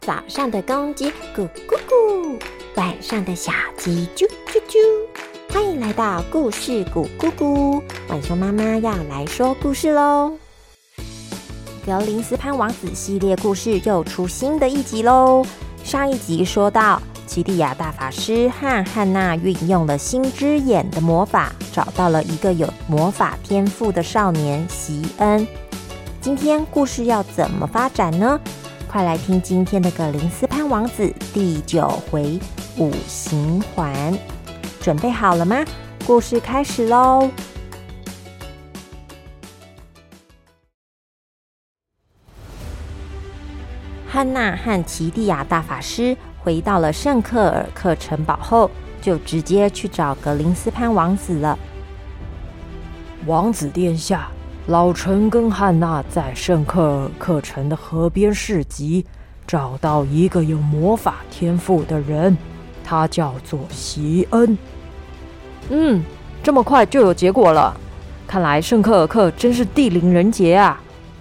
早上的公鸡咕咕咕，晚上的小鸡啾啾啾。欢迎来到故事咕咕咕，浣熊妈妈要来说故事喽。格林斯潘王子系列故事又出新的一集喽。上一集说到，奇蒂亚大法师和汉娜运用了星之眼的魔法，找到了一个有魔法天赋的少年席恩。今天故事要怎么发展呢？快来听今天的格林斯潘王子第9回五行环，准备好了吗？故事开始喽！汉娜和奇蒂亚大法师回到了圣克尔克城堡后，就直接去找格林斯潘王子了。 王子殿下，老臣跟汉娜在圣克尔克城的河边市集找到一个有魔法天赋的人，他叫做席恩。这么快就有结果了，看来圣克尔克真是地灵人杰啊！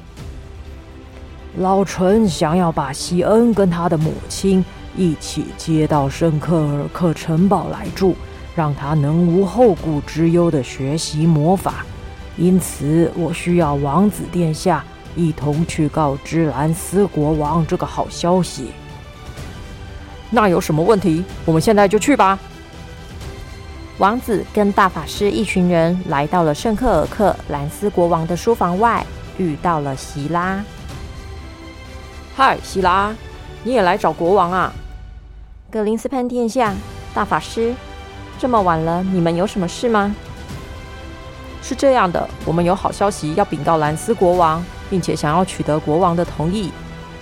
老臣想要把席恩跟他的母亲一起接到圣克尔克城堡来住，让他能无后顾之忧地学习魔法。因此，我需要王子殿下一同去告知兰斯国王这个好消息。那有什么问题？我们现在就去吧。 王子跟大法师一群人来到了圣克尔克兰斯国王的书房外，遇到了席拉。 嗨，席拉，你也来找国王啊？ 格林斯潘殿下，大法师，这么晚了，你们有什么事吗？ 是这样的，我们有好消息要禀告兰斯国王，并且想要取得国王的同意。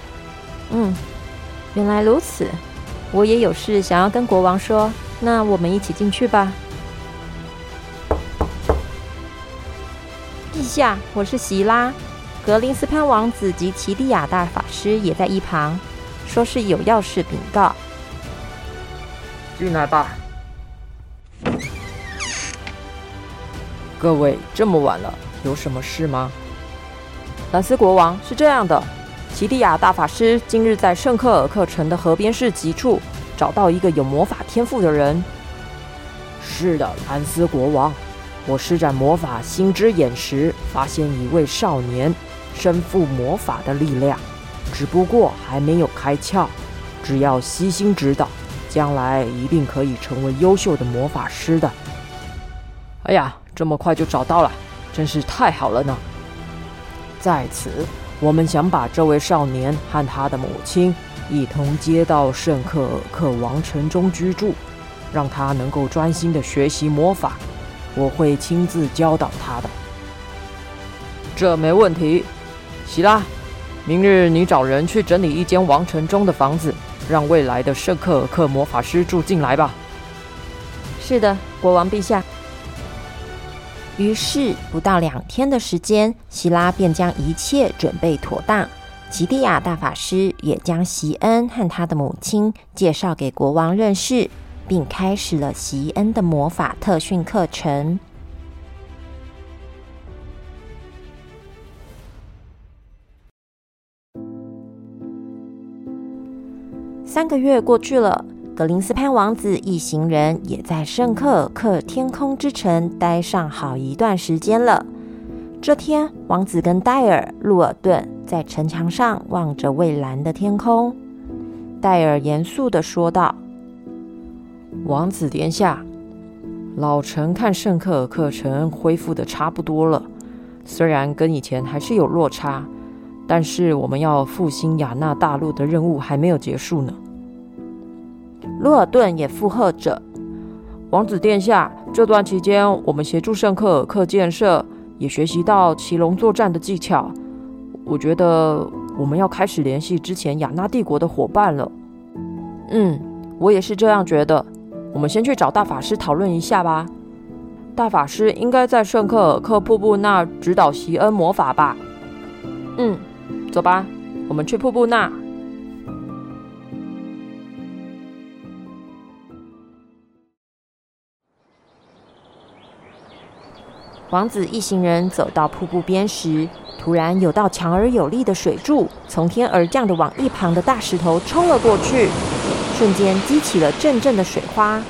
原来如此，我也有事想要跟国王说，那我们一起进去吧。陛下，我是席拉，格林斯潘王子及奇蒂亚大法师也在一旁，说是有要事禀告。 进来吧。 各位，这么晚了，有什么事吗？兰斯国王，是这样的，奇蒂亚大法师今日在圣克尔克城的河边市集处找到一个有魔法天赋的人。是的，兰斯国王，我施展魔法星之眼时，发现一位少年身负魔法的力量，只不过还没有开窍，只要悉心指导，将来一定可以成为优秀的魔法师的。哎呀，这么快就找到了，真是太好了呢！在此，我们想把这位少年和他的母亲一同接到圣克尔克王城中居住，让他能够专心的学习魔法。我会亲自教导他的。这没问题。席拉，明日你找人去整理一间王城中的房子，让未来的圣克尔克魔法师住进来吧。 是的，国王陛下。于是不到2天的时间，希拉便将一切准备妥当。奇蒂亚大法师也将席恩和他的母亲介绍给国王认识，并开始了席恩的魔法特训课程。3个月过去了，格林斯潘王子一行人也在圣克尔克天空之城待上好一段时间了。这天，王子跟戴尔、路尔顿在城墙上望着蔚蓝的天空。戴尔严肃地说道： 王子殿下，老臣看圣克尔克城恢复的差不多了，虽然跟以前还是有落差，但是我们要复兴亚纳大陆的任务还没有结束呢。 路尔顿也附和着： 王子殿下，这段期间我们协助圣克尔克建设，也学习到骑龙作战的技巧。我觉得我们要开始联系之前亚纳帝国的伙伴了。我也是这样觉得。我们先去找大法师讨论一下吧。大法师应该在圣克尔克瀑布那指导席恩魔法吧？走吧，我们去瀑布那。 王子一行人走到瀑布边时，突突然有道强而有力的水柱从天而降的往一旁的大石头冲了过去，瞬间激起了阵阵的水花。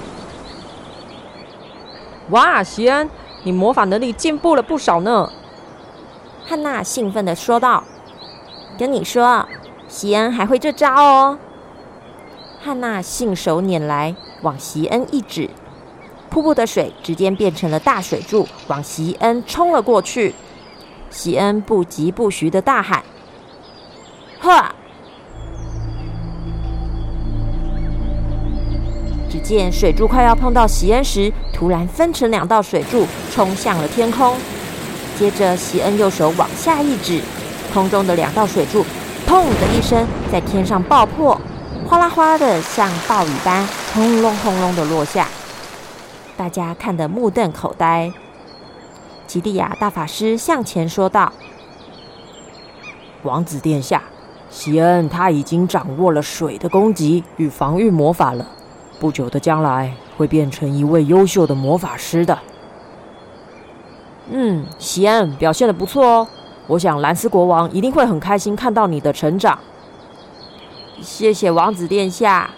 哇，席恩，你魔法能力进步了不少呢！ 汉娜兴奋地说道：“跟你说，席恩还会这招哦。”汉娜信手拈来，往席恩一指，瀑布的水直接变成了大水柱，往席恩冲了过去。席恩不疾不徐地大喊：“呵！”只见水柱快要碰到席恩时，突然分成2道水柱，冲向了天空。接着，席恩右手往下一指，空中的2道水柱“砰”的一声在天上爆破，哗啦哗啦的像暴雨般轰隆轰隆的落下。大家看得目瞪口呆。奇蒂亚大法师向前说道：“ 王子殿下，席恩他已经掌握了水的攻击与防御魔法了，不久的将来会变成一位优秀的魔法师的。”席恩表现得不错哦，我想兰斯国王一定会很开心看到你的成长。 谢谢王子殿下。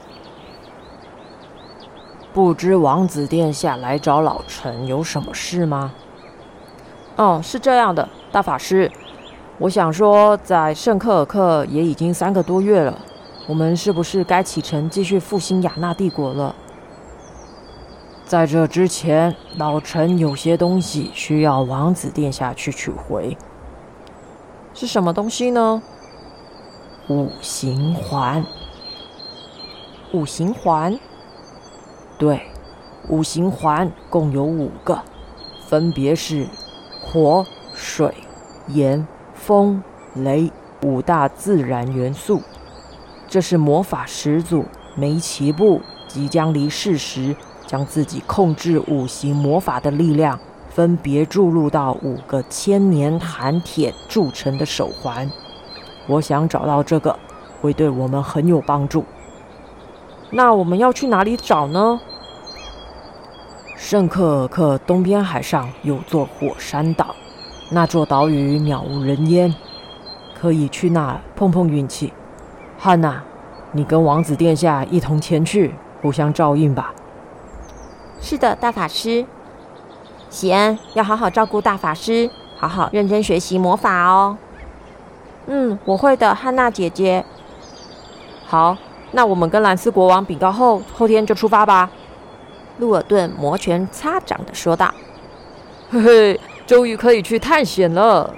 不知王子殿下来找老臣有什么事吗？哦，是这样的，大法师，我想说，在圣克尔克也已经3个多月了，我们是不是该启程继续复兴雅纳帝国了？在这之前，老臣有些东西需要王子殿下去取回。是什么东西呢？五行环。 五行环？ 对，五行环共有5个，分别是火、水、盐、风、雷5大自然元素。这是魔法始祖梅奇布即将离世时，将自己控制5行魔法的力量分别注入到5个千年寒铁铸成的手环。我想找到这个，会对我们很有帮助。那我们要去哪里找呢？圣克尔克东边海上有座火山岛，那座岛屿渺无人烟，可以去那碰碰运气。汉娜，你跟王子殿下一同前去，互相照应吧。 是的，大法师。席恩要好好照顾大法师，好好认真学习魔法哦。 我会的，汉娜姐姐。好，那我们跟兰斯国王禀告后，后天就出发吧。 路尔顿摩拳擦掌地说道：“ 嘿嘿，终于可以去探险了。”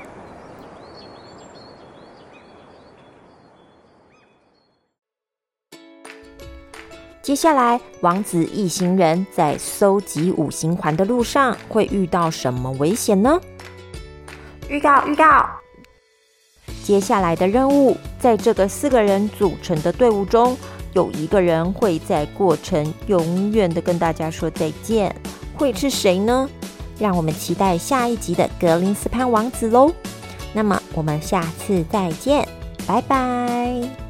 接下来，王子一行人在搜集5行环的路上会遇到什么危险呢？预告！接下来的任务，在这个4个人组成的队伍中，有1个人会在过程永远的跟大家说再见，会是谁呢？让我们期待下一集的格林斯潘王子喽。那么我们下次再见，拜拜。